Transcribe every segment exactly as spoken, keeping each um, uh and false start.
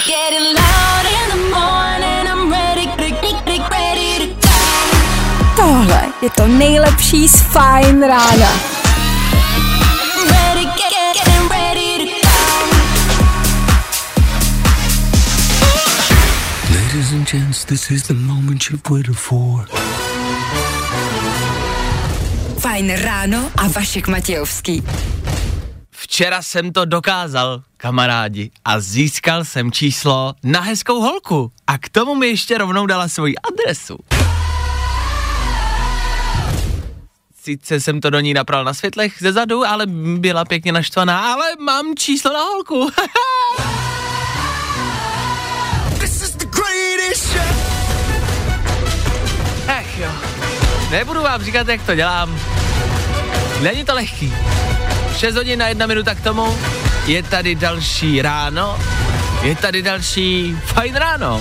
Tohle je to nejlepší z Fajn rána. Ladies and gents, this is the moment you've waited for. Fajn ráno a Vašek Matějovský. Včera jsem to dokázal, kamarádi, a získal jsem číslo na hezkou holku. A k tomu mi ještě rovnou dala svoji adresu. Sice jsem to do ní napral na světlech ze zadu, ale byla pěkně naštvaná, ale mám číslo na holku. Ach jo, nebudu vám říkat, jak to dělám. Není to lehký. šest hodin na jedna minuta k tomu, je tady další ráno, je tady další Fajn ráno.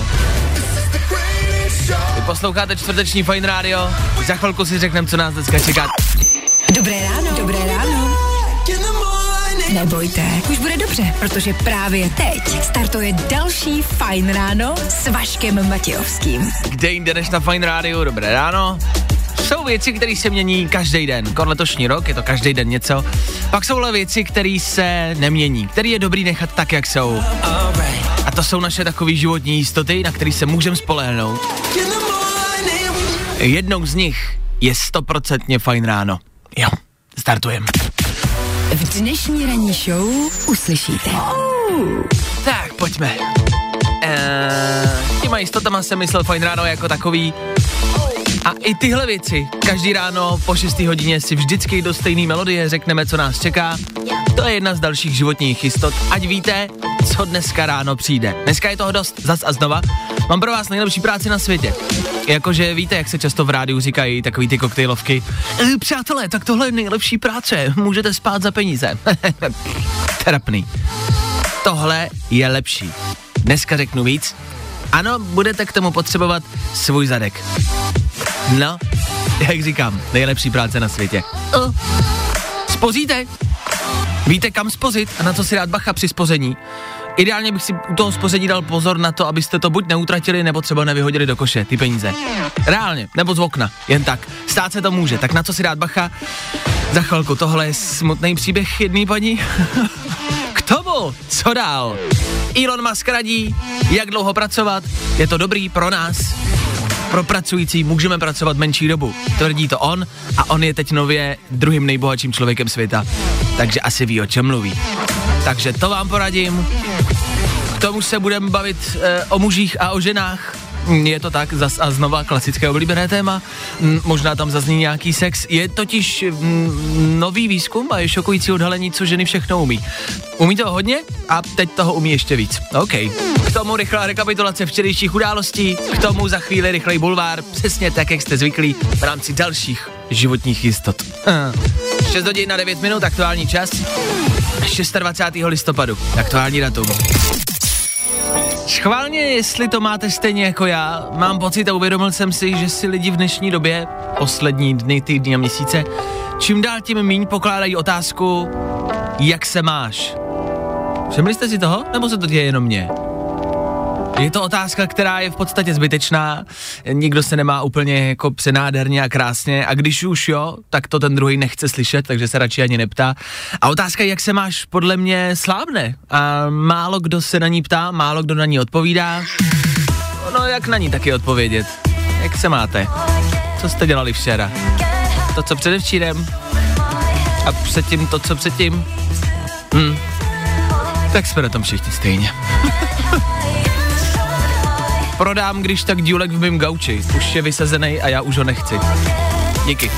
Vy posloucháte čtvrteční Fajn rádio, za chvilku si řekneme, co nás dneska čeká. Dobré ráno, dobré ráno. Nebojte, už bude dobře, protože právě teď startuje další Fajn ráno s Vaškem Matějovským. Kde jinde než na Fajn rádiu, dobré ráno. Jsou věci, které se mění každý den. Kon letošní rok je to každý den něco. Pak jsou ale věci, které se nemění, které je dobrý nechat tak, jak jsou. A to jsou naše takové životní jistoty, na které se můžeme spolehnout. Jednou z nich je stoprocentně Fajn ráno. Jo, startujeme. V dnešní ranní show uslyšíte. Oh. Tak, pojďme. Eee, těma jistotama jsem myslel Fajn ráno jako takový. A i tyhle věci, každý ráno po šesté hodině si vždycky do stejné melodie řekneme, co nás čeká. To je jedna z dalších životních jistot. Ať víte, co dneska ráno přijde. Dneska je toho dost, zas a znova. Mám pro vás nejlepší práci na světě. Jakože víte, jak se často v rádiu říkají takový ty koktejlovky. E, přátelé, tak tohle je nejlepší práce, můžete spát za peníze. Trapný. Tohle je lepší. Dneska řeknu víc. Ano, budete k tomu potřebovat svůj zadek. No, jak říkám, nejlepší práce na světě. Uh, spoříte? Víte, kam spořit a na co si dát bacha při spoření? Ideálně bych si u toho spoření dal pozor na to, abyste to buď neutratili, nebo třeba nevyhodili do koše, ty peníze. Reálně, nebo z okna, jen tak. Stát se to může, tak na co si dát bacha? Za chvilku, tohle je smutný příběh jedný paní. K tomu, co dál? Elon Musk radí, jak dlouho pracovat, je to dobrý pro nás. Pro pracující můžeme pracovat menší dobu. Tvrdí to on a on je teď nově druhým nejbohatším člověkem světa. Takže asi ví, o čem mluví. Takže to vám poradím. K tomu se budeme bavit e, o mužích a o ženách. Je to tak, zas a znova klasické oblíbené téma. M, možná tam zazní nějaký sex. Je totiž m, nový výzkum a je šokující odhalení, co ženy všechno umí. Umí toho hodně a teď toho umí ještě víc. OK. K tomu rychlá rekapitulace včerejších událostí, k tomu za chvíli rychlej bulvár, přesně tak, jak jste zvyklí v rámci dalších životních jistot. šest hodin na devět minut, aktuální čas. dvacátého šestého listopadu, aktuální datum. Schválně, jestli to máte stejně jako já, mám pocit a uvědomil jsem si, že si lidi v dnešní době, poslední dny, týdny a měsíce, čím dál tím míň pokládají otázku, jak se máš. Všimli jste si toho? Nebo se to děje jenom mně? Je to otázka, která je v podstatě zbytečná, nikdo se nemá úplně jako přenádherně a krásně a když už jo, tak to ten druhý nechce slyšet, takže se radši ani neptá. A otázka, jak se máš, podle mě slábne a málo kdo se na ní ptá, málo kdo na ní odpovídá. No jak na ní taky odpovědět? Jak se máte? Co jste dělali včera? To, co předevčírem? A předtím to, co předtím? Hm. Tak jsme na tom všichni stejně. Prodám, když tak důlek v mým gauči. Už je vysazený a já už ho nechci. Díky.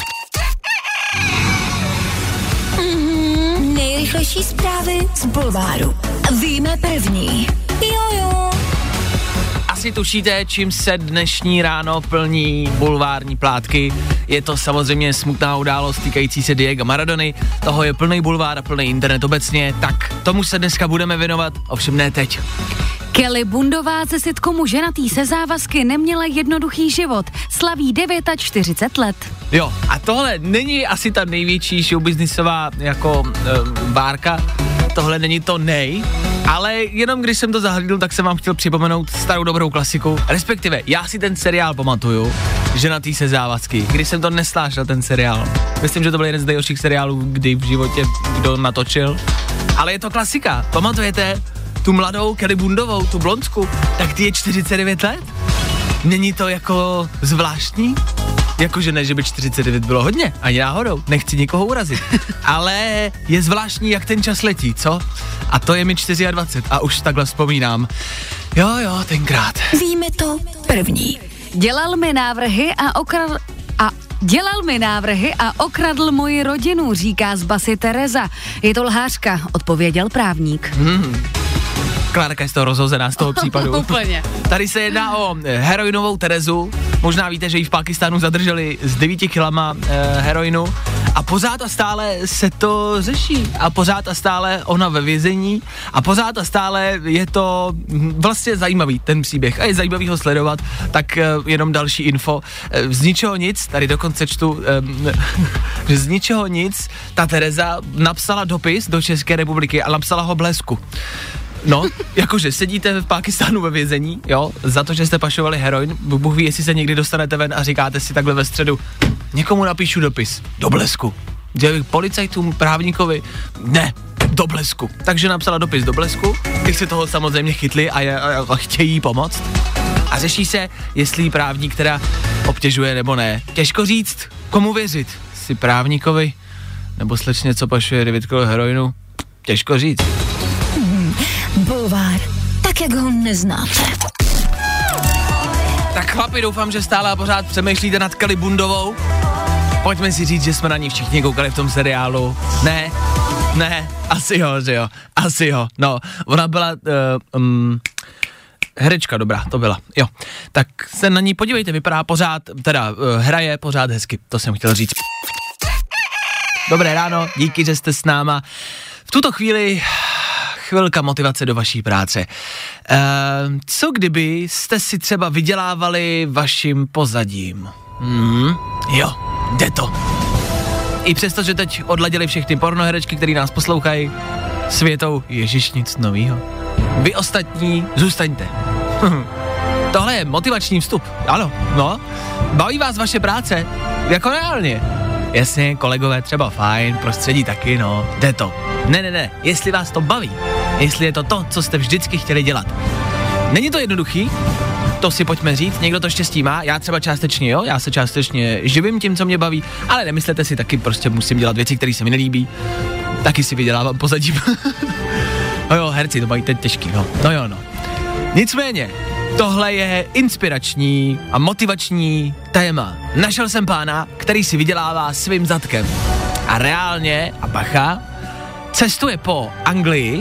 Mm-hmm, nejrychlejší zprávy z bulváru. Víme první. Jojo. Asi tušíte, čím se dnešní ráno plní bulvární plátky. Je to samozřejmě smutná událost týkající se Diega Maradony. Toho je plný bulvár a plný internet obecně. Tak tomu se dneska budeme věnovat, ovšem ne teď. Kelly Bundová ze sitcomu Ženatý se závazky neměla jednoduchý život. Slaví čtyřicet devět let. Jo, a tohle není asi ta největší showbiznisová jako e, bárka. tohle není to nej, ale jenom když jsem to zahlídl, tak jsem vám chtěl připomenout starou dobrou klasiku, respektive já si ten seriál pamatuju, Ženatý se závazky, když jsem to nesnášel ten seriál. Myslím, že to byl jeden z nejhorších seriálů, kdy v životě kdo natočil, ale je to klasika, pamatujete tu mladou Kelly Bundovou, tu blondsku, tak ty je čtyřicet devět let? Není to jako zvláštní? Jakože ne, že by čtyřicet devět bylo hodně, ani náhodou, nechci nikoho urazit. Ale je zvláštní, jak ten čas letí, co? A to je mi dvacet čtyři a už takhle vzpomínám. Jo, jo, tenkrát. Víme to první. Dělal mi návrhy a okradl... A dělal mi návrhy a okradl moji rodinu, říká z basy Tereza. Je to lhářka, odpověděl právník. Hmm. Klárka je z toho rozhozená z toho případu. Úplně. Tady se jedná o heroinovou Terezu. Možná víte, že ji v Pákistánu zadrželi s devíti kilama e, heroinu a pořád a stále se to řeší a pořád a stále ona ve vězení a pořád a stále je to vlastně zajímavý ten příběh a je zajímavý ho sledovat, tak e, jenom další info. E, z ničeho nic, tady dokonce čtu, e, že z ničeho nic ta Tereza napsala dopis do České republiky a napsala ho Blesku. No, jakože sedíte v Pákistánu ve vězení, jo, za to, že jste pašovali heroin, Bůh ví, jestli se někdy dostanete ven a říkáte si takhle ve středu, někomu napíšu dopis, do Blesku, že policajtům, právníkovi, ne, do Blesku. Takže napsala dopis do Blesku, ty si toho samozřejmě chytli a, je, a, a chtějí pomoct. A řeší se, jestli právník teda obtěžuje nebo ne. Těžko říct, komu věřit, si právníkovi, nebo slečně, co pašuje devět kilo heroinu, těžko říct. Bulvár, tak jak ho neznáte. Tak chlapi, doufám, že stále a pořád přemýšlíte nad Kelly Bundovou. Pojďme si říct, že jsme na ní všichni koukali v tom seriálu. Ne, ne, asi jo, že jo, asi jo. No, ona byla uh, um, herečka dobrá, to byla, jo. Tak se na ní podívejte, vypadá pořád, teda uh, hraje pořád hezky, to jsem chtěl říct. Dobré ráno, díky, že jste s náma. V tuto chvíli chvilka motivace do vaší práce. E, co kdyby jste si třeba vydělávali vaším pozadím? Hmm, jo, jde to. I přesto, že teď odladili všechny pornoherečky, který nás poslouchají, světou ježiš nic novýho. Vy ostatní zůstaňte. Tohle je motivační vstup, ano, no. Baví vás vaše práce? Jako reálně. Jasně, kolegové, třeba fajn, prostředí taky, no, jde to. Ne, ne, ne, jestli vás to baví, jestli je to to, co jste vždycky chtěli dělat. Není to jednoduchý, to si pojďme říct, někdo to štěstí má, já třeba částečně, jo, já se částečně živím tím, co mě baví, ale nemyslete si, taky prostě musím dělat věci, které se mi nelíbí, taky si vydělávám pozadím. No jo, herci to mají teď těžký, no, no jo, no. Nicméně, tohle je inspirační a motivační téma. Našel jsem pána, který si vydělává svým zadkem. A reálně, a bacha, cestuje po Anglii.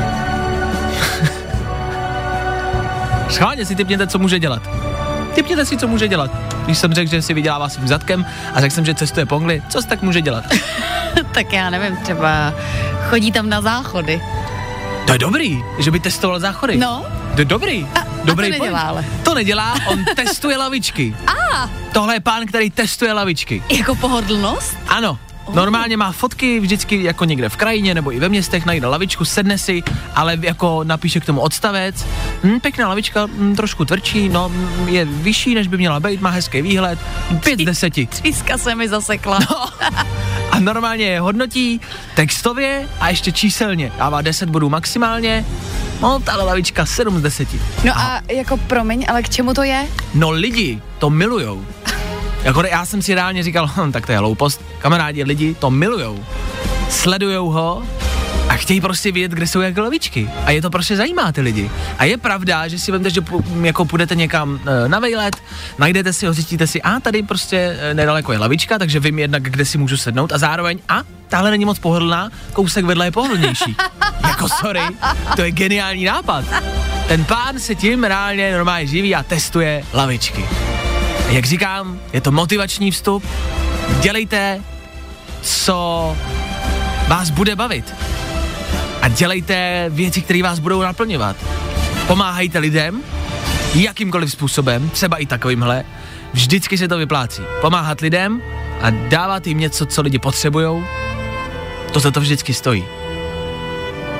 Schválně si tipněte, co může dělat. Tipněte si, co může dělat. Když jsem řekl, že si vydělává svým zadkem a řekl jsem, že cestuje po Anglii, co tak může dělat? Tak já nevím, třeba chodí tam na záchody. To je dobrý, že by testoval záchody. No. To je dobrý. A, dobrý a to nedělá, ale. To nedělá, on testuje lavičky. A. Tohle je pán, který testuje lavičky. Jako pohodlnost? Ano. Normálně má fotky vždycky jako někde v krajině nebo i ve městech, najde lavičku, sedne si, ale jako napíše k tomu odstavec. Hm, pěkná lavička, hm, trošku tvrdší, no, hm, je vyšší, než by měla být, má hezký výhled, pět z deseti. Tříska se mi zasekla. No. A normálně je hodnotí textově a ještě číselně. Dává deset bodů maximálně, no tahle lavička sedm z deseti. No a, a jako promiň, ale k čemu to je? No lidi to milujou. Jako já jsem si reálně říkal, hm, tak to je hloupost. Kamarádi, lidi to milujou. Sledujou ho a chtějí prostě vědět, kde jsou jak lavičky. A je to prostě zajímá ty lidi. A je pravda, že si vemte, že jako půjdete někam e, na vejlet, najdete si ho, zjistíte si, a tady prostě e, nedaleko je lavička, takže vím jednak, kde si můžu sednout a zároveň, a tahle není moc pohodlná, kousek vedle je pohodlnější. Jako sorry, to je geniální nápad. Ten pán se tím reálně normálně živí a testuje lavičky. Jak říkám, je to motivační vstup, dělejte, co vás bude bavit a dělejte věci, které vás budou naplňovat. Pomáhejte lidem, jakýmkoliv způsobem, třeba i takovýmhle, vždycky se to vyplácí. Pomáhat lidem a dávat jim něco, co lidi potřebujou, to za to vždycky stojí.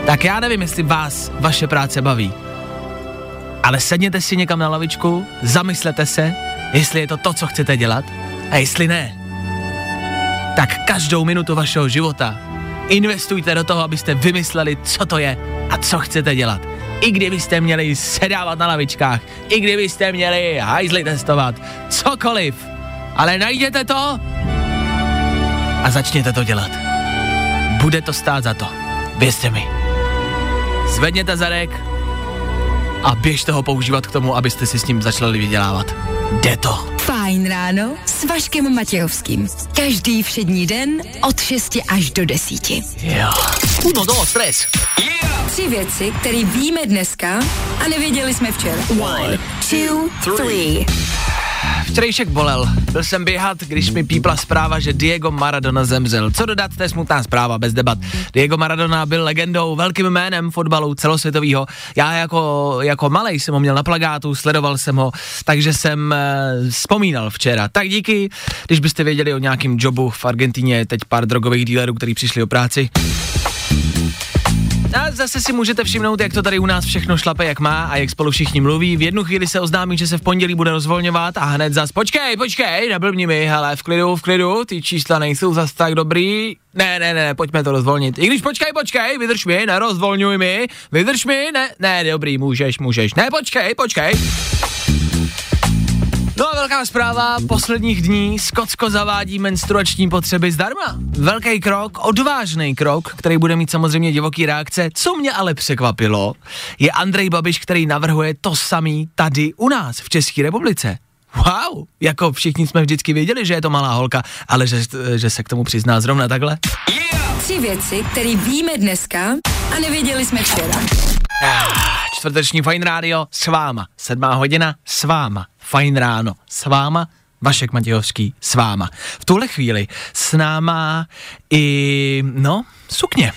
tak já nevím, jestli vás vaše práce baví. Ale sedněte si někam na lavičku, zamyslete se, jestli je to to, co chcete dělat, a jestli ne, tak každou minutu vašeho života investujte do toho, abyste vymysleli, co to je a co chcete dělat. I kdybyste měli sedávat na lavičkách, i kdybyste měli hajzly testovat, cokoliv, ale najděte to a začněte to dělat. Bude to stát za to, věřte mi. Zvedněte zadek a běžte ho používat k tomu, abyste si s ním začali vydělávat. Jde to. Fajn ráno s Vaškem Matějovským. Každý všední den od šesti až do desíti. Jo. Uno, dos, tres. Yeah. Tři věci, které víme dneska a nevěděli jsme včera. One, two, three. Včerejšek bolel. Byl jsem běhat, když mi pípla zpráva, že Diego Maradona zemřel. Co dodat, to je smutná zpráva, bez debat. Diego Maradona byl legendou, velkým jménem fotbalu celosvětového. Já jako, jako malej jsem ho měl na plakátu, sledoval jsem ho, takže jsem uh, vzpomínal včera. Tak díky, když byste věděli o nějakým jobu v Argentině, teď pár drogových dílerů, kteří přišli o práci. A zase si můžete všimnout, jak to tady u nás všechno šlape, jak má a jak spolu všichni mluví. V jednu chvíli se oznámí, že se v pondělí bude rozvolňovat a hned zas počkej, počkej, neblbni mi, hele, v klidu, v klidu, ty čísla nejsou zas tak dobrý. Ne, ne, ne, pojďme to rozvolnit. I když počkej, počkej, vydrž mi, nerozvolňuj mi, vydrž mi, ne, ne, dobrý, můžeš, můžeš, ne, počkej, počkej. No a velká zpráva posledních dní, Skotsko zavádí menstruační potřeby zdarma. Velký krok, odvážný krok, který bude mít samozřejmě divoký reakce. Co mě ale překvapilo, je Andrej Babiš, který navrhuje to samý tady u nás v České republice. Wow, jako všichni jsme vždycky věděli, že je to malá holka, ale že, že se k tomu přizná zrovna takhle. Yeah. Tři věci, které víme dneska a nevěděli jsme včera. Čtvrteční Fajn rádio s váma, sedmá hodina s váma, Fajn ráno s váma, Vašek Matějovský s váma. V tuhle chvíli s náma i, no, sukně.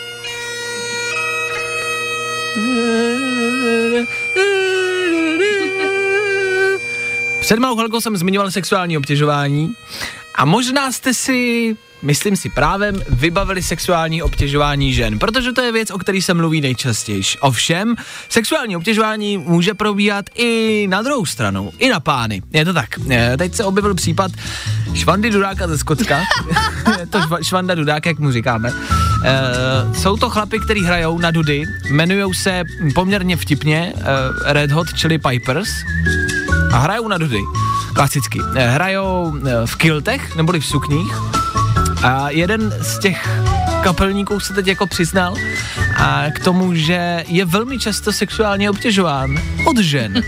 Před malou chvilkou jsem zmiňoval sexuální obtěžování a možná jste si, myslím si právem, vybavili sexuální obtěžování žen, protože to je věc, o který se mluví nejčastěji. Ovšem, sexuální obtěžování může probíhat i na druhou stranu, i na pány. Je to tak. Teď se objevil případ Švandy Dudáka ze Skotska. Je to Švanda Dudák, jak mu říkáme. E, jsou to chlapi, který hrajou na dudy, jmenujou se poměrně vtipně e, Red Hot Chili Pipers a hrajou na dudy. Klasicky. E, hrajou v kiltech, neboli v sukních. A jeden z těch kapelníků se teď jako přiznal a k tomu, že je velmi často sexuálně obtěžován od žen.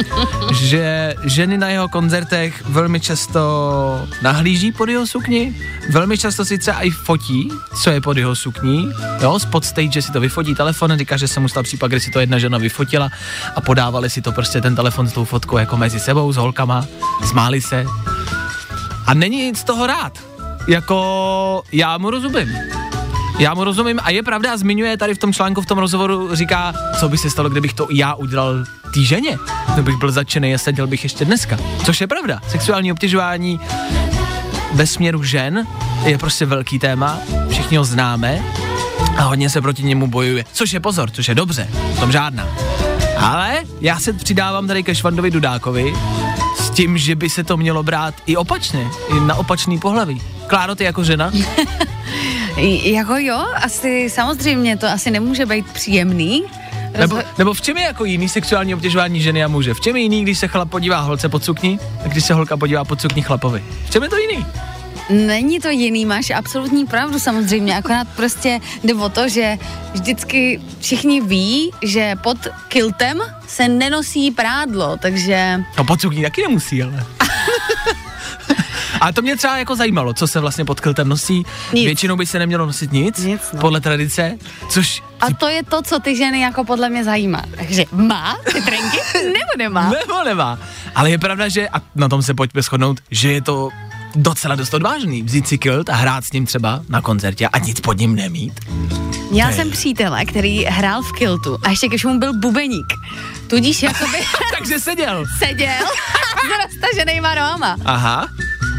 Že ženy na jeho koncertech velmi často nahlíží pod jeho sukni, velmi často sice i fotí, co je pod jeho sukní, jo, spod stage si to vyfotí telefon, říká, že se mu stal případ, kde si to jedna žena vyfotila a podávali si to prostě ten telefon s tou fotkou jako mezi sebou, s holkama, smáli se a není nic z toho rád. Jako, já mu rozumím. Já mu rozumím a je pravda, a zmiňuje tady v tom článku, v tom rozhovoru, říká, co by se stalo, kdybych to já udělal té ženě. To bych byl zatčený a seděl bych ještě dneska. Což je pravda. Sexuální obtěžování ve směru žen je prostě velký téma, všichni ho známe a hodně se proti němu bojuje. Což je pozor, což je dobře, v tom žádná. Ale já se přidávám tady ke Švandovi Dudákovi s tím, že by se to mělo brát i opačně, i na opačný pohlaví. Kláro, ty jako žena? Jako jo, asi samozřejmě to asi nemůže být příjemný. Nebo, nebo v čem je jako jiný sexuální obtěžování ženy a muže? V čem je jiný, když se chlap podívá holce pod sukni a když se holka podívá pod sukni chlapovi? V čem je to jiný? Není to jiný, máš absolutní pravdu samozřejmě, akorát prostě jde o to, že vždycky všichni ví, že pod kiltem se nenosí prádlo, takže... No pod sukní taky nemusí, ale... A to mě třeba jako zajímalo, co se vlastně pod kiltem nosí. Nic. Většinou by se nemělo nosit nic, nic no. Podle tradice, což... A to je to, co ty ženy jako podle mě zajímá. Takže má ty trenky, nebo nemá? Nebo nemá. Ale je pravda, že, a na tom se pojďme shodnout, že je to docela dost odvážný. Vzít si kilt a hrát s ním třeba na koncertě a nic pod ním nemít. Měla jsem přítele, který hrál v kiltu a ještě když mu byl bubeník. Tudíž jakoby... Takže seděl. Seděl s roztaženýma nohama. Aha.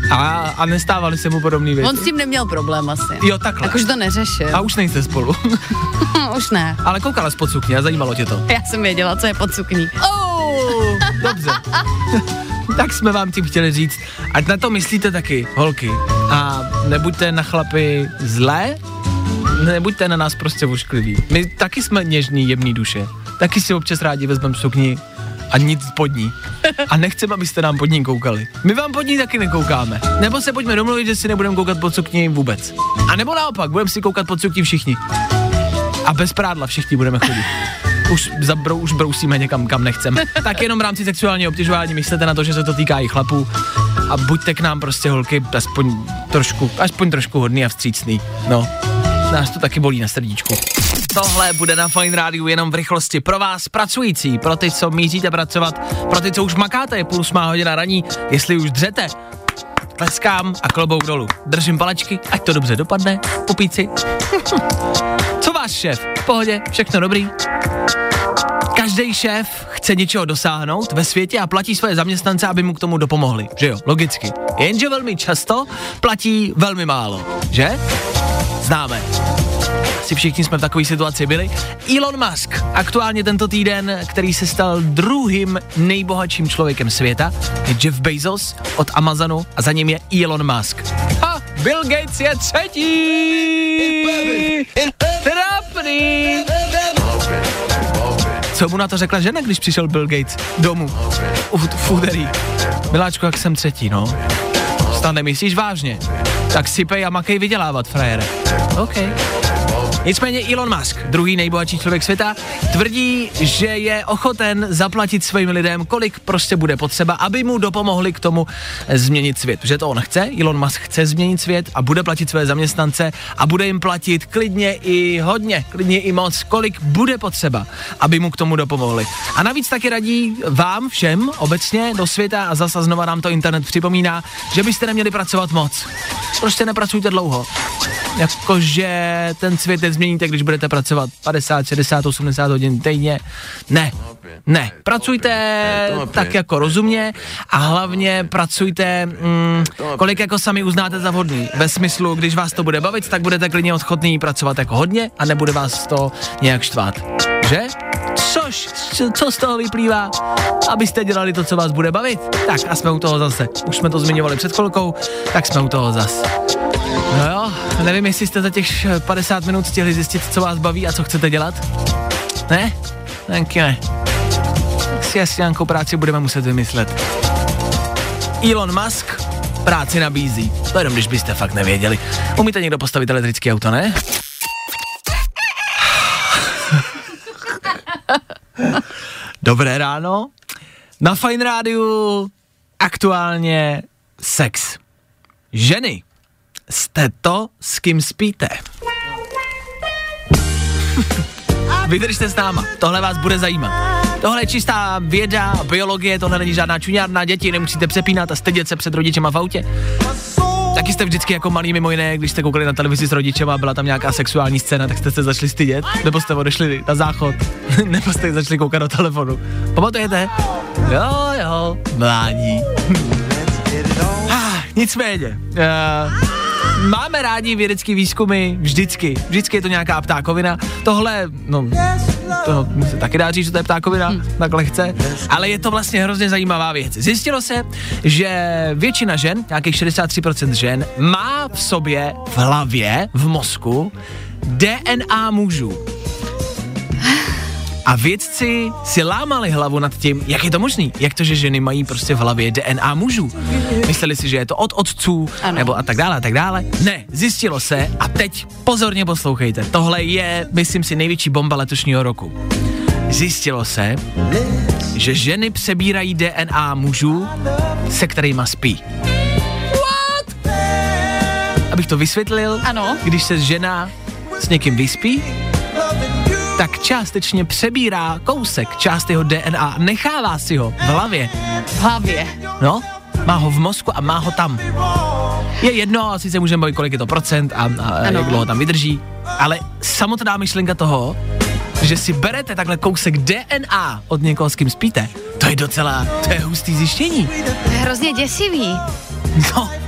A, a nestávaly se mu podobný věci? On s tím neměl problém asi. Jo, takhle. Tak už to neřešil. A už nejste spolu. Už ne. Ale koukala spod sukně a zajímalo tě to. Já jsem věděla, co je pod sukní. Oh, dobře. Tak jsme vám tím chtěli říct, ať na to myslíte taky, holky. A nebuďte na chlapy zlé, nebuďte na nás prostě oškliví. My taky jsme něžní, jemný duše. Taky si občas rádi vezmeme sukni a nic pod ní. A nechceme, abyste nám pod ní koukali. My vám pod ní taky nekoukáme. Nebo se pojďme domluvit, že si nebudeme koukat pod sukni vůbec. A nebo naopak, budeme si koukat pod sukni všichni. A bez prádla všichni budeme chodit. Už, zabrou, už brousíme někam, kam nechceme. Tak jenom v rámci sexuálního obtěžování myslete na to, že se to týká i chlapů. A buďte k nám prostě holky aspoň trošku, aspoň trošku hodný a vstřícný. No, nás to taky bolí na srdíčku. Tohle bude na Fajn rádiu jenom v rychlosti pro vás pracující, pro ty, co míříte pracovat, pro ty, co už makáte, je půl osmá hodina raní, jestli už dřete, tleskám a klobouk dolů. Držím palečky, ať to dobře dopadne, popíci. Co váš šéf? V pohodě, všechno dobrý? Každý šéf chce něčeho dosáhnout ve světě a platí své zaměstnance, aby mu k tomu dopomohli, že jo, logicky. Jenže velmi často platí velmi málo, že? Známe. Asi všichni jsme v takové situaci byli. Elon Musk, aktuálně tento týden, který se stal druhým nejbohatším člověkem světa, je Jeff Bezos od Amazonu a za ním je Elon Musk. A Bill Gates je třetí! Trapný! Co mu na to řekla žena, když přišel Bill Gates domů? V úterý. Miláčku, jak jsem třetí, no. Snad nemyslíš vážně? Tak sypej a makej vydělávat, frajere. OK. Nicméně Elon Musk, druhý nejbohatší člověk světa, tvrdí, že je ochoten zaplatit svým lidem, kolik prostě bude potřeba, aby mu dopomohli k tomu změnit svět. Že to on chce, Elon Musk chce změnit svět a bude platit své zaměstnance a bude jim platit klidně i hodně, klidně i moc, kolik bude potřeba, aby mu k tomu dopomohli. A navíc taky radí vám všem obecně do světa a zase znova nám to internet připomíná, že byste neměli pracovat moc. Prostě nepracujte dlouho. Jakože ten svět nezměníte, když budete pracovat padesát, šedesát, osmdesát hodin týdně. Ne, ne. Pracujte tak jako rozumně a hlavně pracujte, mm, kolik jako sami uznáte za vhodný. Ve smyslu, když vás to bude bavit, tak budete klidně ochotný pracovat jako hodně a nebude vás to nějak štvát. Že? Což, co z toho vyplývá? Abyste dělali to, co vás bude bavit. Tak a jsme u toho zase. Už jsme to zmiňovali před chvilkou, tak jsme u toho zase. No jo, nevím, jestli jste za těch padesát minut stihli zjistit, co vás baví a co chcete dělat. Ne? Taky ne. Tak si asi nějakou práci budeme muset vymyslet. Elon Musk práci nabízí. To jenom, když byste fakt nevěděli. Umíte někdo postavit elektrické auto, ne? Dobré ráno. Na Fajn rádiu aktuálně sex. Ženy, jste to, s kým spíte. Vydržte s náma, tohle vás bude zajímat. Tohle je čistá věda, biologie, tohle není žádná čuňárna, děti nemusíte přepínat a stydět se před rodičema v autě. Taky jste vždycky jako malí mimo jiné, když jste koukali na televizi s rodičema a byla tam nějaká sexuální scéna, tak jste se začali stydět, nebo jste odešli na záchod, nebo jste začali koukat do telefonu. Pamatujete? Jo, jo, mládí. ah, nicméně, uh, máme rádi vědecký výzkumy vždycky, vždycky je to nějaká ptákovina. Tohle, no, to se taky dá říct, že to je ptákovina, hmm. tak lehce, ale je to vlastně hrozně zajímavá věc. Zjistilo se, že většina žen, nějakých šedesát tři procent žen, má v sobě, v hlavě, v mozku D N A mužů. A vědci si lámali hlavu nad tím, jak je to možný, jak to, že ženy mají prostě v hlavě D N A mužů. Mysleli si, že je to od otců, ano. nebo a tak dále, a tak dále. Ne, zjistilo se, a teď pozorně poslouchejte, tohle je, myslím si, největší bomba letošního roku. Zjistilo se, že ženy přebírají D N A mužů, se kterýma spí. What? Abych to vysvětlil, ano. Když se žena s někým vyspí, tak částečně přebírá kousek, část jeho D N A, nechává si ho v hlavě. V hlavě? No, má ho v mozku a má ho tam. Je jedno, asi se můžeme bavit, kolik je to procent a, a jak dlouho tam vydrží, ale samotná myšlenka toho, že si berete takhle kousek D N A od někoho, s kým spíte, to je docela, to je hustý zjištění. To je hrozně děsivý. No,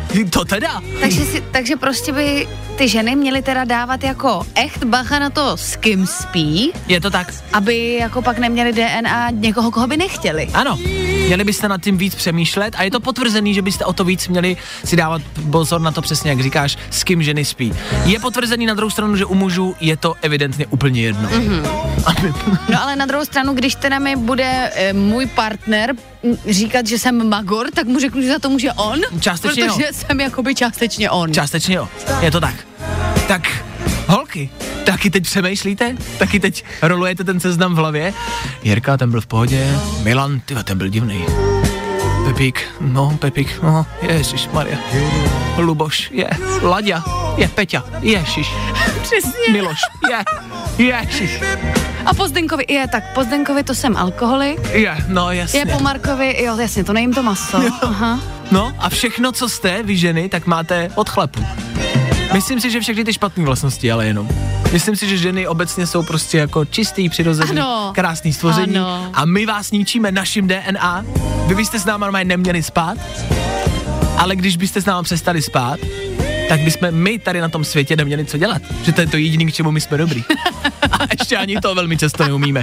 To teda. Takže, si, takže prostě by ty ženy měly teda dávat jako echt bacha na to, s kým spí. Je to tak. Aby jako pak neměli D N A někoho, koho by nechtěli. Ano, měli byste nad tím víc přemýšlet a je to potvrzený, že byste o to víc měli si dávat pozor na to přesně, jak říkáš, s kým ženy spí. Je potvrzený na druhou stranu, že u mužů je to evidentně úplně jedno. Mm-hmm. No ale na druhou stranu, když teda mi bude e, můj partner říkat, že jsem magor, tak mu řeknu, že za to může on. Částečně protože jo. jsem jakoby částečně on. Částečně jo, je to tak. Tak, holky, taky teď přemýšlíte? Taky teď rolujete ten seznam v hlavě? Jirka, ten byl v pohodě. Milan, tyhle, ten byl divný. Pepík, no, Pepík, no, ježišmarja. Luboš, je, Laďa, je, Peťa, ježiš. Přesně. Miloš, je, ježiš. A po Zdenkovi, je, tak po Zdenkovi to jsem alkoholik. Je, no jasně. Je po Markovi, jo, jasně, to nejím to maso. Jo. Aha. No a všechno, co jste, vy ženy, tak máte od chlepu. Myslím si, že všechny ty špatné vlastnosti, ale jenom. Myslím si, že ženy obecně jsou prostě jako čistý, přirozený, ano. krásný stvoření. Ano. A my vás ničíme naším D N A. Vy byste s náma normálně neměli spát, ale když byste s náma přestali spát, tak bychom my tady na tom světě neměli co dělat. Že to je to jediný, k čemu my jsme dobrý. A ještě ani to velmi často neumíme.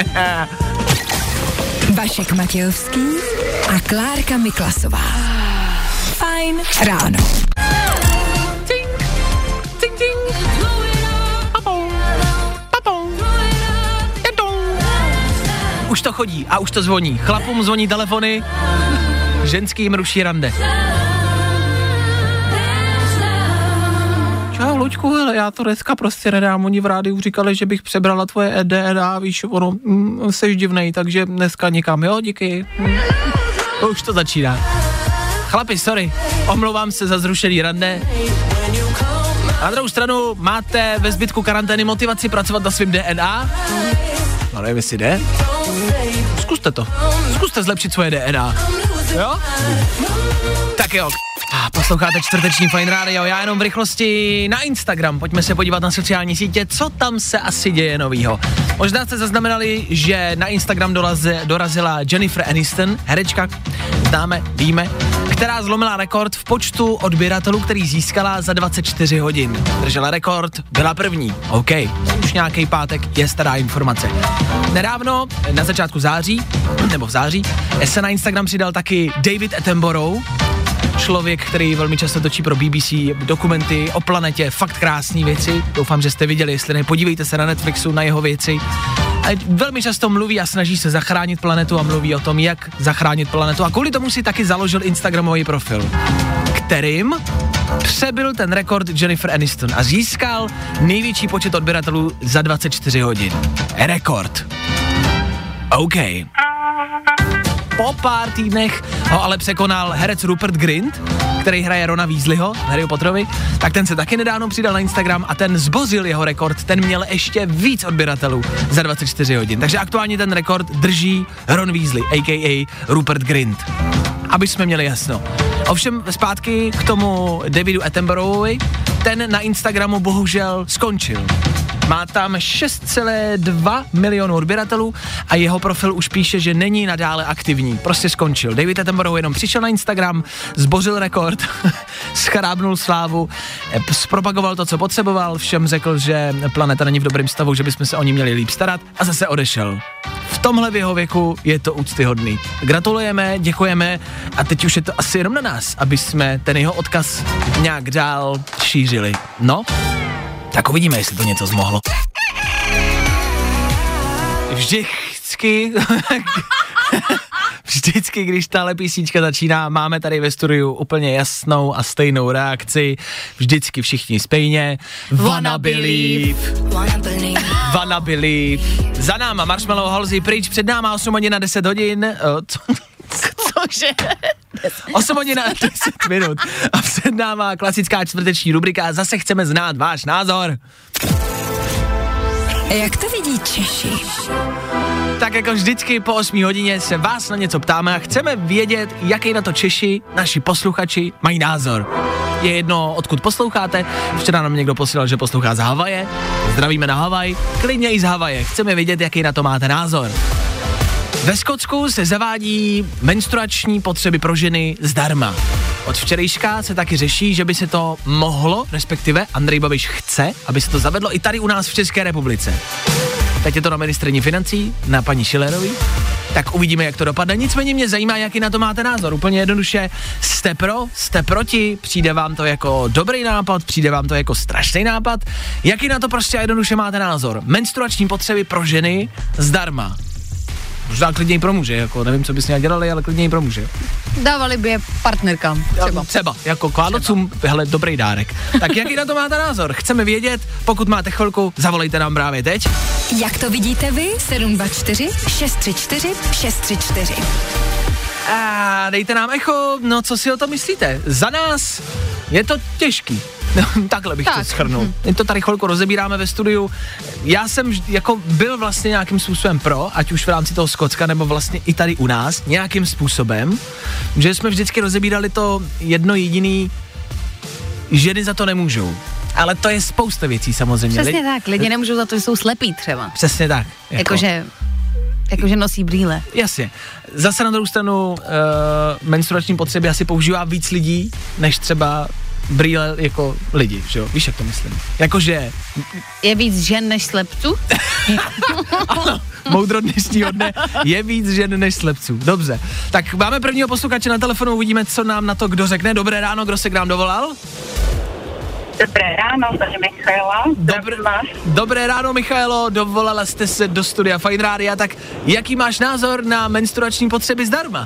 Vašek Matějovský a Klárka Miklasová. Fajn ráno. Už to chodí a už to zvoní. Chlapům zvoní telefony, ženským ruší rande. Čau, Luďku, hele, já to dneska prostě nedám. Oni v rádiu říkali, že bych přebrala tvoje D N A, víš, ono, mm, seš divnej, takže dneska nikam, jo, díky. Mm. Už to začíná. Chlapi, sorry, omlouvám se za zrušený rande. Na druhou stranu máte ve zbytku karantény motivaci pracovat na svým D N A? No nevím, jestli jde. Zkuste to. Zkuste zlepšit svoje D N A. Jo? Tak jo. A posloucháte čtvrteční Fajn rádio, já jenom v rychlosti na Instagram. Pojďme se podívat na sociální sítě, co tam se asi děje novýho. Možná jste zaznamenali, že na Instagram dolaze, dorazila Jennifer Aniston, herečka, známe, víme, která zlomila rekord v počtu odběratelů, který získala za dvacet čtyři hodin. Držela rekord, byla první. OK, už nějaký pátek je stará informace. Nedávno, na začátku září, nebo v září, se na Instagram přidal taky David Attenborough, člověk, který velmi často točí pro B B C dokumenty o planetě, fakt krásné věci. Doufám, že jste viděli, jestli ne, podívejte se na Netflixu, na jeho věci. A velmi často mluví a snaží se zachránit planetu a mluví o tom, jak zachránit planetu. A kvůli tomu si taky založil Instagramový profil, kterým přebyl ten rekord Jennifer Aniston a získal největší počet odběratelů za dvacet čtyři hodin. Rekord. OK. Po pár týdnech ho ale překonal herec Rupert Grint, který hraje Rona Weasleyho, Harry Potterovi, tak ten se taky nedávno přidal na Instagram a ten zbořil jeho rekord, ten měl ještě víc odběratelů za dvacet čtyři hodin. Takže aktuálně ten rekord drží Ron Weasley, a k a. Rupert Grint. Aby jsme měli jasno. Ovšem zpátky k tomu Davidu Attenboroughovi, ten na Instagramu bohužel skončil. Má tam šest celá dva milionu odběratelů a jeho profil už píše, že není nadále aktivní. Prostě skončil. David Attenborough jenom přišel na Instagram, zbořil rekord, schrábnul slávu, zpropagoval to, co potřeboval, všem řekl, že planeta není v dobrém stavu, že bychom se o ní měli líp starat a zase odešel. V tomhle jeho věku je to úctyhodný. Gratulujeme, děkujeme a teď už je to asi jenom na nás, aby jsme ten jeho odkaz nějak dál šířili. No, tak uvidíme, jestli to něco zmohlo. Vždycky, vždycky, když tahle písnička začíná, máme tady ve studiu úplně jasnou a stejnou reakci. Vždycky všichni stejně. Wanna believe. Wanna believe. Za náma Marshmallow Halsey pryč, před náma osm hodin na deset hodin. Co? Cože? osm hodin na deset minut. A před náma klasická čtvrteční rubrika. Zase chceme znát váš názor. Jak to vidí Češi? Tak jako vždycky po osmé hodině se vás na něco ptáme a chceme vědět, jaký na to Češi, naši posluchači, mají názor. Je jedno, odkud posloucháte. Včera nám někdo posílal, že poslouchá z Havaje. Zdravíme na Havaj. Klidně i z Havaje. Chceme vědět, jaký na to máte názor. Ve Skotsku se zavádí menstruační potřeby pro ženy zdarma. Od včerejška se taky řeší, že by se to mohlo, respektive Andrej Babiš chce, aby se to zavedlo i tady u nás v České republice. Teď je to na ministryni financí, na paní Schillerový. Tak uvidíme, jak to dopadne. Nicméně mě zajímá, jaký na to máte názor. Úplně jednoduše, jste pro, jste proti, přijde vám to jako dobrý nápad, přijde vám to jako strašný nápad. Jaký na to prostě jednoduše máte názor? Menstruační potřeby pro ženy zdarma. Možná klidně i pro muže, jako nevím, co bys měla dělali, ale klidně i pro muže. Dávali by je partnerkám, třeba. Třeba, jako kládocům, hele, dobrý dárek. Tak jaký na to máte názor? Chceme vědět, pokud máte chvilku, zavolejte nám právě teď. Jak to vidíte vy? sedm dva čtyři šest tři čtyři šest tři čtyři. A dejte nám echo, no co si o tom myslíte? Za nás je to těžký. No, takhle bych tak. to shrnul. My to tady chvilku rozebíráme ve studiu. Já jsem jako byl vlastně nějakým způsobem pro, ať už v rámci toho Skotska, nebo vlastně i tady u nás, nějakým způsobem, že jsme vždycky rozebírali to jedno jediný, ženy za to nemůžou. Ale to je spousta věcí samozřejmě. Přesně tak, lidi nemůžou za to, že jsou slepí třeba. Přesně tak. Jako. Jakože... Jakože nosí brýle. Jasně. Zase na druhou stranu uh, menstruační potřeby asi používá víc lidí, než třeba brýle jako lidi, že jo? Víš, jak to myslím? Jakože... Je víc žen než slepců? Ano, moudro dnešního dne, je víc žen než slepců. Dobře. Tak máme prvního posluchače na telefonu, uvidíme, co nám na to kdo řekne. Dobré ráno, kdo se k nám dovolal? Dobré ráno, tady Michaela. Dobré, dobré ráno, Michaelo, dovolala jste se do studia Fajn Rádia, tak jaký máš názor na menstruační potřeby zdarma?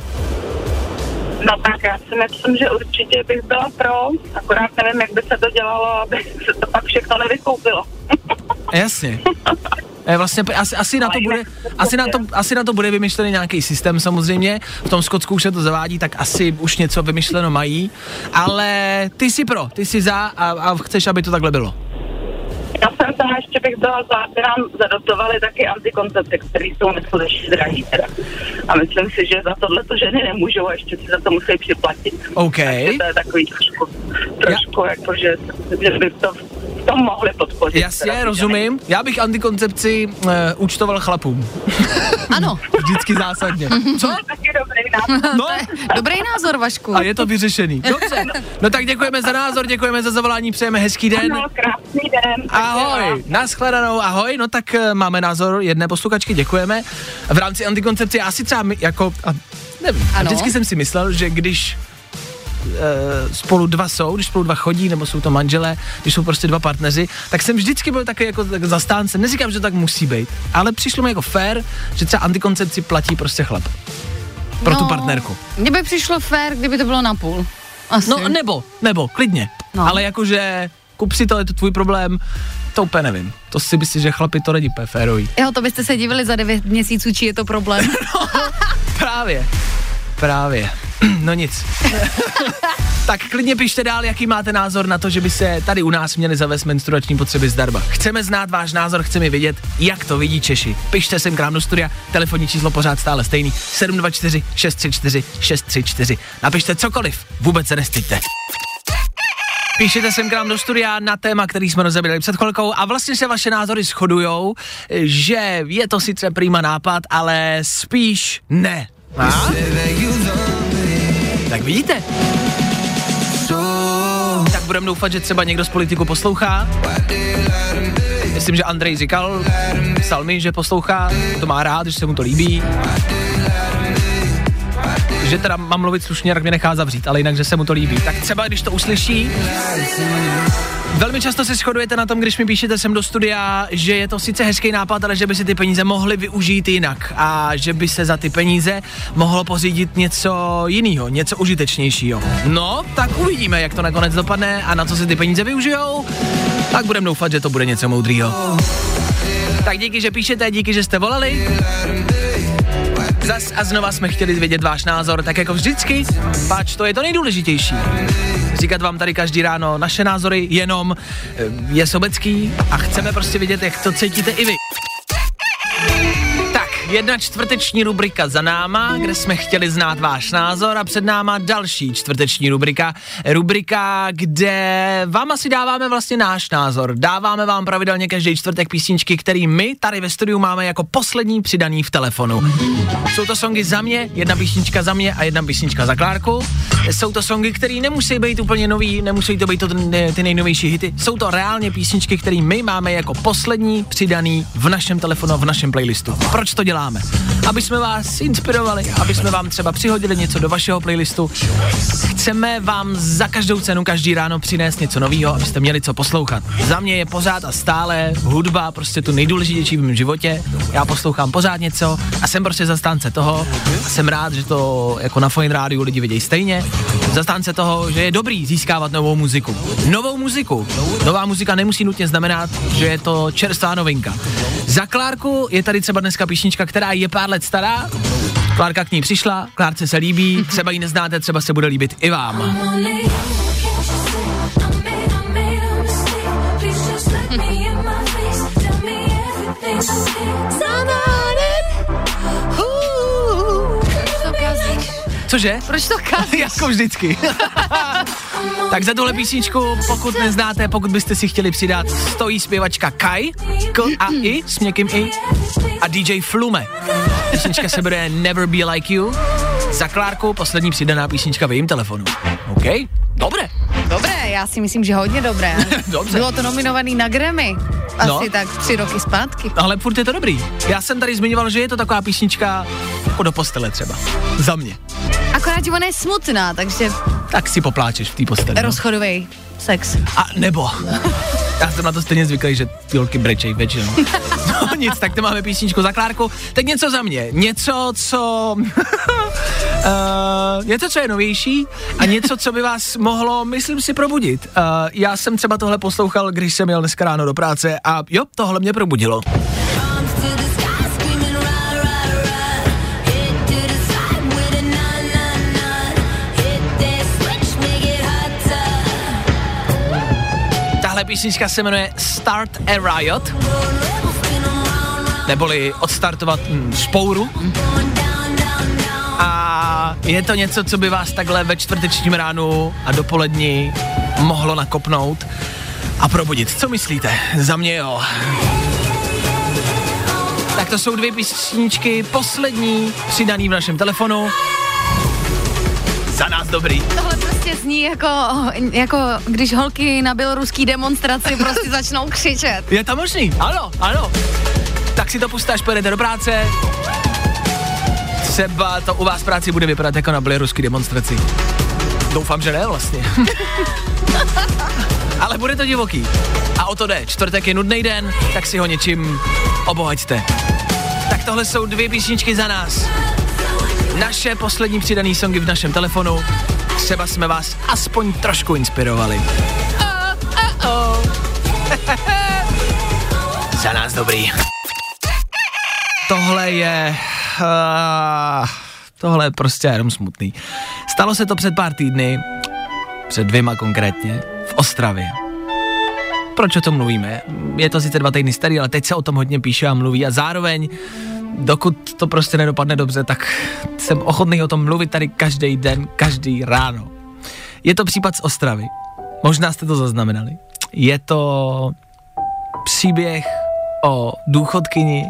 No tak já si myslím, že určitě bych byla pro, akorát nevím, jak by se to dělalo, aby se to pak všechno nevykoupilo. Jasně. E, vlastně asi, asi, na to bude, asi, na to, asi na to bude vymyšlený nějaký systém samozřejmě, v tom Skotsku už se to zavádí, tak asi už něco vymyšleno mají, ale ty jsi pro, ty jsi za a, a chceš, aby to takhle bylo. Já jsem tam ještě bych byla za, aby nám zadotovali taky antikoncepce, které jsou neskutečně drahý teda. A myslím si, že za tohleto ženy nemůžou a ještě si za to musí připlatit. OK. Takže to je takový trošku, trošku jakože, že by to v tom mohli podpořit. Jasně, teda, rozumím. Já bych antikoncepci uh, účtoval chlapům. Ano. Vždycky zásadně. Co? To je taky dobrý názor. No. Dobrý názor, Vašku. A je to vyřešený. Dobře. No tak děkujeme za názor, děkujeme za zavolání, přejeme hezký den. Ano, krásný den. Ahoj, nashledanou, ahoj, no tak uh, máme názor jedné posluchačky, děkujeme. V rámci antikoncepce já si třeba my, jako, a, nevím, a vždycky jsem si myslel, že když uh, spolu dva jsou, když spolu dva chodí, nebo jsou to manželé, když jsou prostě dva partneři, tak jsem vždycky byl takový jako tak zastánce, neříkám, že to tak musí být, ale přišlo mi jako fér, že třeba antikoncepci platí prostě chlap. Pro no, tu partnerku. Mně by přišlo fér, kdyby to bylo na půl. Asi. No nebo, nebo, klidně, no. Ale jakože kup si to, je to tvůj problém, to úplně nevím. To si myslíš, že chlapi to není úplně férový. Jo, to byste se divili za devět měsíců, či je to problém. No, právě, právě. No nic. Tak klidně pište dál, jaký máte názor na to, že by se tady u nás měli zavést menstruační potřeby zdarma. Chceme znát váš názor, chceme vědět, jak to vidí Češi. Pište sem k nám do studia, telefonní číslo pořád stále stejný, sedm dva čtyři šest tři čtyři šest tři čtyři. Napište cokoliv, vůbec se nestyďte. Píšete sem k nám do studia na téma, který jsme rozebírali před chvilkou a vlastně se vaše názory shodujou, že je to sice prima nápad, ale spíš ne. A? Tak vidíte? Tak budeme doufat, že třeba někdo z politiku poslouchá. Myslím, že Andrej říkal, psal mi, že poslouchá, to má rád, že se mu to líbí. Že teda mám mluvit slušně, tak mě nechá zavřít, ale jinak, že se mu to líbí. Tak třeba, když to uslyší, velmi často se shodujete na tom, když mi píšete sem do studia, že je to sice hezký nápad, ale že by si ty peníze mohly využít jinak a že by se za ty peníze mohlo pořídit něco jiného, něco užitečnějšího. No, tak uvidíme, jak to nakonec dopadne a na co si ty peníze využijou, tak budeme doufat, že to bude něco moudrýho. Tak díky, že píšete, díky, že jste volali. Zas a znova jsme chtěli vědět váš názor, tak jako vždycky, páč, to je to nejdůležitější. Říkat vám tady každý ráno naše názory, jenom je sobecký a chceme prostě vědět, jak to cítíte i vy. Tak, jedna čtvrteční rubrika za náma, kde jsme chtěli znát váš názor a před náma další čtvrteční rubrika. Rubrika, kde vám asi dáváme vlastně náš názor. Dáváme vám pravidelně každý čtvrtek písničky, který my tady ve studiu máme jako poslední přidaný v telefonu. Jsou to songy za mě, jedna písnička za mě a jedna písnička za Klárku. Jsou to songy, které nemusí být úplně nový, nemusí to být to ty nejnovější hity. Jsou to reálně písničky, které my máme jako poslední přidaný v našem telefonu, v našem playlistu. Proč to děláme? Aby jsme vás inspirovali, aby jsme vám třeba přihodili něco do vašeho playlistu. Chceme vám za každou cenu každý ráno přinést něco nového, abyste měli co poslouchat. Za mě je pořád a stále hudba prostě tu nejdůležitější v mém životě. Já poslouchám pořád něco a jsem prostě zastánce toho. A jsem rád, že to jako na Fajn rádiu lidi vidějí stejně. Zastánce toho, že je dobrý získávat novou muziku. Novou muziku. Nová muzika nemusí nutně znamenat, že je to čerstvá novinka. Za Klárku je tady třeba dneska písnička, která je pár let stará. Klárka k ní přišla, Klárce se líbí, třeba ji neznáte, třeba se bude líbit i vám. Cože? Proč to kazíš? Jako vždycky. Tak za tuhle písničku, pokud neznáte, pokud byste si chtěli přidat, stojí zpěvačka Kai, K a I, s měkkým I, a D J Flume. Písnička se bude Never Be Like You. Za Klárku poslední přidaná písnička v jejím telefonu. OK? Dobré. Dobré, já si myslím, že hodně dobré. Dobře. Bylo to nominovaný na Grammy. Asi No. tak tři roky zpátky. Ale furt je to dobrý. Já jsem tady zmiňoval, že je to taková písnička jako do postele třeba. Za mě. Akorát, že ona je smutná, takže Tak si popláčeš v té posteli. No. rozchodový sex. A nebo. Já jsem na to stejně zvyklý, že ty holky brečej většinou. No nic, tak to máme písničku za Klárku. Teď něco za mě. Něco, co... Uh, něco, co je novější a něco, co by vás mohlo, myslím si, probudit. Uh, já jsem třeba tohle poslouchal, když jsem jel dneska ráno do práce a jo, tohle mě probudilo. Tahle písnička se jmenuje Start a Riot, neboli odstartovat hm, spouru. A je to něco, co by vás takhle ve čtvrtečním ránu a dopolední mohlo nakopnout a probudit. Co myslíte? Za mě jo. Tak to jsou dvě písničky, poslední, přidaný v našem telefonu. Za nás dobrý. Tohle prostě zní jako, jako když holky na běloruský demonstraci prostě začnou křičet. Je to možný? Ano, ano. Tak si to pustíte, až pojedete do práce. Třeba to u vás v práci bude vypadat jako na běloruský demonstraci. Doufám, že ne vlastně. Ale bude to divoký. A o to jde. Čtvrtek je nudný den, tak si ho něčím obohaťte. Tak tohle jsou dvě písničky za nás. Naše poslední přidaný songy v našem telefonu. Třeba jsme vás aspoň trošku inspirovali. Oh, oh, oh. Za nás dobrý. Tohle je... Uh, tohle je prostě jenom smutný. Stalo se to před pár týdny, před dvěma konkrétně, v Ostravě. Proč o tom mluvíme? Je to sice dva týdny starý, ale teď se o tom hodně píše a mluví a zároveň, dokud to prostě nedopadne dobře, tak jsem ochotný o tom mluvit tady každý den, každý ráno. Je to případ z Ostravy. Možná jste to zaznamenali. Je to příběh o důchodkyni,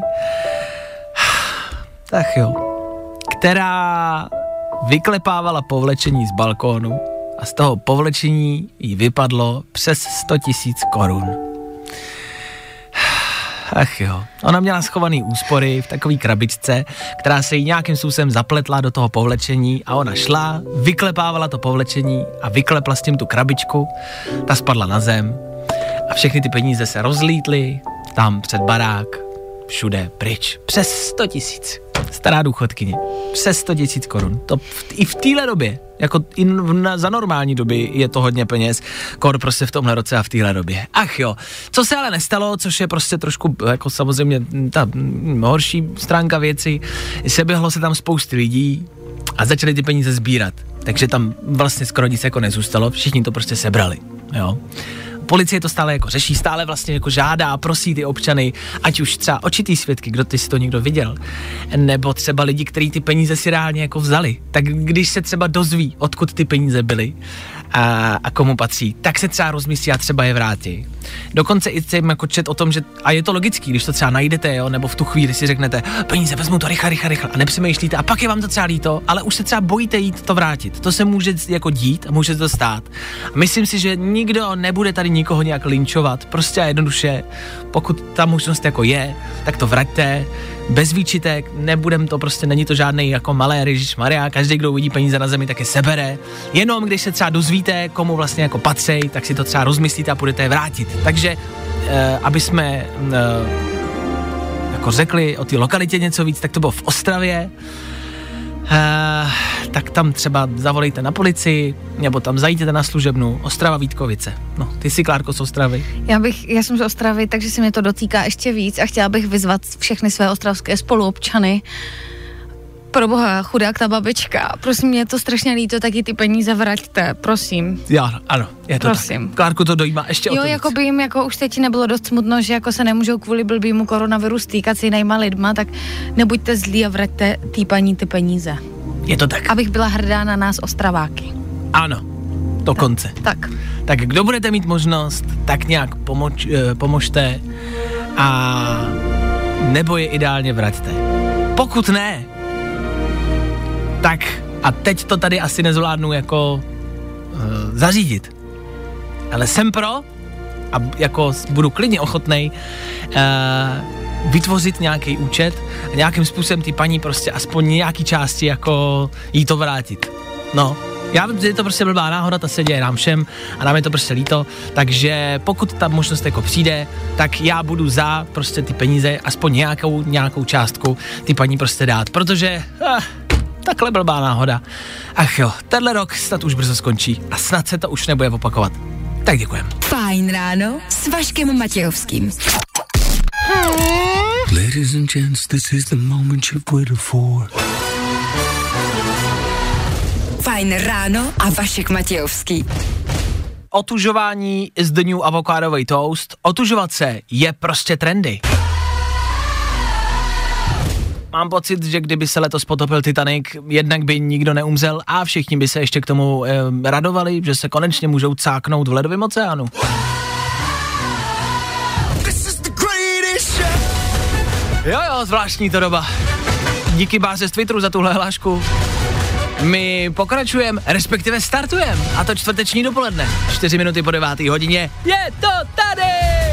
tak jo, která vyklepávala povlečení z balkónu a z toho povlečení jí vypadlo přes sto tisíc korun. Ach jo, ona měla schovaný úspory v takové krabičce, která se jí nějakým způsobem zapletla do toho povlečení a ona šla, vyklepávala to povlečení a vyklepla s tím tu krabičku, ta spadla na zem a všechny ty peníze se rozlítly tam před barák, všude pryč, přes sto tisíc. Stará důchodkyně, přes sto tisíc korun. To v, i v téhle době, jako i na, za normální doby je to hodně peněz, kor prostě v tomhle roce a v téhle době. Ach jo, co se ale nestalo, což je prostě trošku jako samozřejmě ta horší stránka věci, seběhlo se tam spousty lidí a začali ty peníze sbírat. Takže tam vlastně skoro nic jako nezůstalo, všichni to prostě sebrali, jo. policie to stále jako řeší, stále vlastně jako žádá, prosí ty občany, ať už třeba očitý svědky, kdo ty si to někdo viděl, nebo třeba lidi, kteří ty peníze si reálně jako vzali. Tak když se třeba dozví, odkud ty peníze byly a, a komu patří, tak se třeba rozmyslí a třeba je vrátí. Dokonce i jsem jako čet o tom, že, a je to logický, když to třeba najdete, jo, nebo v tu chvíli si řeknete, peníze vezmu to rychle, rychle, rychle a nepřemýšlíte a pak je vám to třeba líto, ale už se třeba bojíte jít to vrátit. To se může jako dít a může to stát. A myslím si, že nikdo nebude tady nikoho nějak linčovat, prostě a jednoduše, pokud ta možnost jako je, tak to vraťte, bez výčitek, nebudem to prostě, není to žádný jako malé ježišmarja, každý, kdo uvidí peníze na zemi, tak je sebere. Jenom když se třeba dozvíte, komu vlastně jako patří, tak si to třeba rozmyslíte a budete je vrátit. Takže, eh, aby jsme eh, jako řekli o té lokalitě něco víc, tak to bylo v Ostravě. Uh, tak tam třeba zavolejte na policii, nebo tam zajděte na služebnu. Ostrava Vítkovice. No, ty jsi, Klárko, z Ostravy. Já bych, já jsem z Ostravy, takže se mě to dotýká ještě víc a chtěla bych vyzvat všechny své ostravské spoluobčany. Pro boha, chudák ta babička. Prosím, mě je to strašně líto, taky ty peníze vraťte, prosím. Já, ano, je to prosím. tak. Klárku to dojímá ještě o to Jo, jako by jim jako už teď nebylo dost smutno, že jako se nemůžou kvůli blbýmu koronaviru stýkat s jinýma lidma, tak nebuďte zlí a vraťte tý paní ty peníze. Je to tak. Abych byla hrdá na nás Ostraváky. Ano, do konce. Tak. Tak kdo budete mít možnost, tak nějak pomoč, eh, pomožte a nebo je ideálně vraťte. Pokud ne, tak a teď to tady asi nezvládnu jako uh, zařídit. Ale jsem pro a jako budu klidně ochotnej uh, vytvořit nějaký účet a nějakým způsobem ty paní prostě aspoň nějaký části jako jí to vrátit. No, já vím, že je to prostě blbá náhoda, ta se děje nám všem a nám je to prostě líto, takže pokud ta možnost jako přijde, tak já budu za prostě ty peníze, aspoň nějakou, nějakou částku ty paní prostě dát, protože ah, takhle blbá náhoda. Ach jo, tenhle rok snad už brzo skončí a snad se to už nebude opakovat. Tak děkujem. Fajn ráno s Vaškem Matějovským. Ladies and gents, this is the moment you've waited for. Fajn ráno a Vašek Matějovský. Otužování z The New avokádový toast. Otužovat se je prostě trendy. Mám pocit, že kdyby se letos potopil Titanic, jednak by nikdo neumřel a všichni by se ještě k tomu eh, radovali, že se konečně můžou cáknout v ledovém oceánu. Jo, jo, zvláštní to doba. Díky báze z Twitteru za tuhle hlášku. My pokračujeme, respektive startujeme, a to čtvrteční dopoledne. Čtyři minuty po devátý hodině. Je to tady!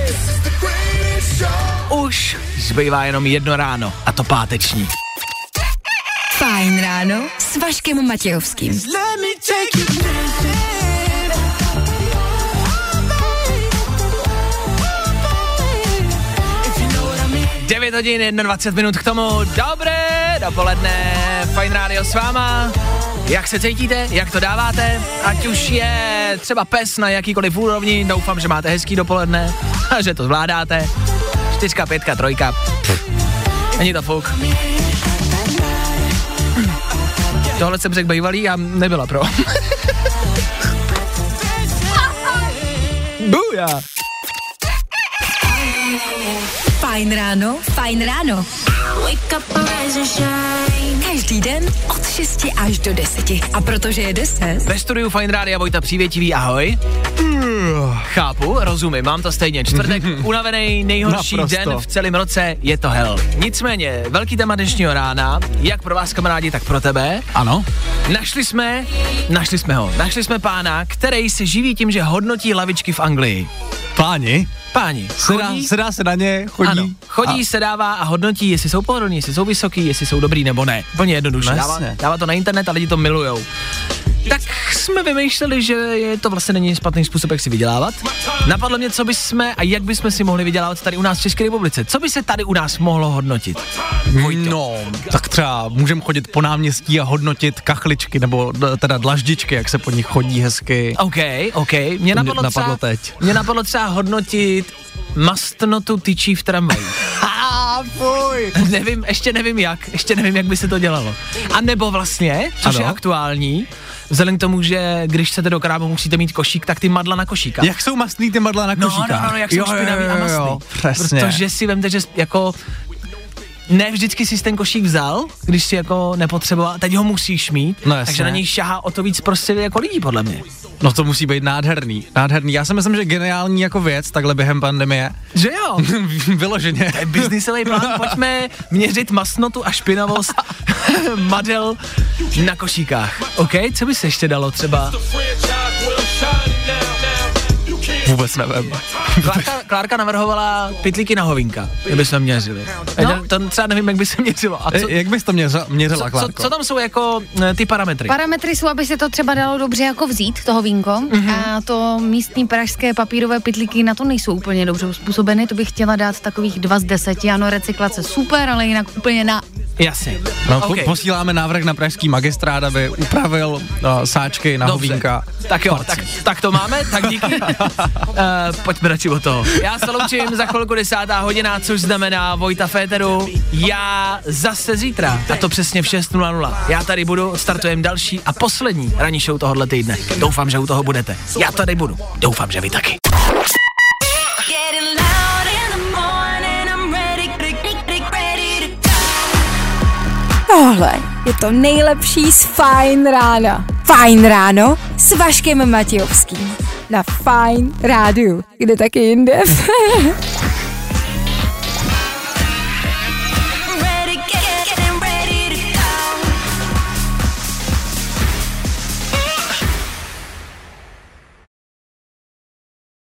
Už zbývá jenom jedno ráno, a to páteční. Fajn ráno s Vaškem Matějovským. devět hodin, dvacet jedna minut k tomu. Dobré dopoledne, Fajn rádio s váma. Jak se cítíte, jak to dáváte? Ať už je třeba pes na jakýkoliv úrovni, doufám, že máte hezký dopoledne a že to zvládáte. Čtyřka, pětka, trojka. Není to fuk. Tohle jsem řekl bývalý a nebyla pro. Buja. Fajn ráno, fajn ráno. Každý den od šesti až do deseti. A protože je deset. Ve studiu Fajn rádia Vojta Přívětivý, ahoj. Chápu, rozumím, mám to stejně. Čtvrtek, unavený, nejhorší Naprosto. Den v celém roce, je to hell. Nicméně, velký téma dnešního rána, jak pro vás kamarádi, tak pro tebe. Ano. Našli jsme, našli jsme ho, našli jsme pána, který se živí tím, že hodnotí lavičky v Anglii. Páni? Páni, sedá, chodí, sedá se na ně, chodí. Ano, chodí, a... sedává a hodnotí, jestli jsou pohodlní, jestli jsou vysoký, jestli jsou dobrý nebo ne. Plně jednoduše. Dává, dává to na internet a lidi to milujou. Tak jsme vymýšleli, že je to vlastně není špatný způsob, jak si vydělávat. Napadlo mě, co bychom a jak bychom si mohli vydělávat tady u nás v České republice. Co by se tady u nás mohlo hodnotit? Vojto. No, tak třeba můžeme chodit po náměstí a hodnotit kachličky, nebo teda dlaždičky, jak se po nich chodí hezky. OK, OK. Mě napadlo, napadlo třeba, teď. Mě napadlo třeba hodnotit mastnotu tyčí v tramvaji. Fuj. Nevím, ještě nevím jak, ještě nevím, jak by se to dělalo. A nebo vlastně, což ano. je aktuální, vzhledem k tomu, že když chcete do krámu, musíte mít košík, tak ty madla na košíka. Jak jsou mastný ty madla na košíka? No, no, no, jak jsou špinavý a mastný. Přesně. Protože si vemte, že jako ne vždycky si ten košík vzal, když si jako nepotřeboval, teď ho musíš mít, no takže na něj šahá o to víc prostě jako lidí, podle mě. No to musí být nádherný, nádherný. Já si myslím, že geniální jako věc takhle během pandemie. Že jo? Vyloženě. To je biznisový plán, pojďme měřit masnotu a špinavost madel na košíkách. OK, co by se ještě dalo třeba? Vůbec nevím. Klárka, Klárka navrhovala pytlíky na hovínka, kdyby jsme měřili. No? To třeba nevím, jak by se měřilo. A co, jak bys to měřila, měřila Klárko? Co, co tam jsou jako ty parametry? Parametry jsou, aby se to třeba dalo dobře jako vzít, to hovínko. Mm-hmm. A to místní pražské papírové pytlíky na to nejsou úplně dobře uspůsobeny. To bych chtěla dát takových dva z deseti. Ano, recyklace super, ale jinak úplně na... Jasně. No, okay. Posíláme návrh na pražský magistrát, aby upravil uh, sáčky na dobře. Hovínka. Tak jo, tak, tak to máme, tak díky. uh, pojďme radši od toho. Já se loučím, za chvilku desátá hodina, což znamená Vojta Féteru. Já zase zítra, a to přesně v šest nula nula. Já tady budu, startujeme další a poslední ranní show tohohle týdne. Doufám, že u toho budete. Já tady budu. Doufám, že vy taky. Tohle je to nejlepší z Fajn rána. Fajn ráno s Vaškem Matějovským. Na Fajn rádiu. Kde taky jinde?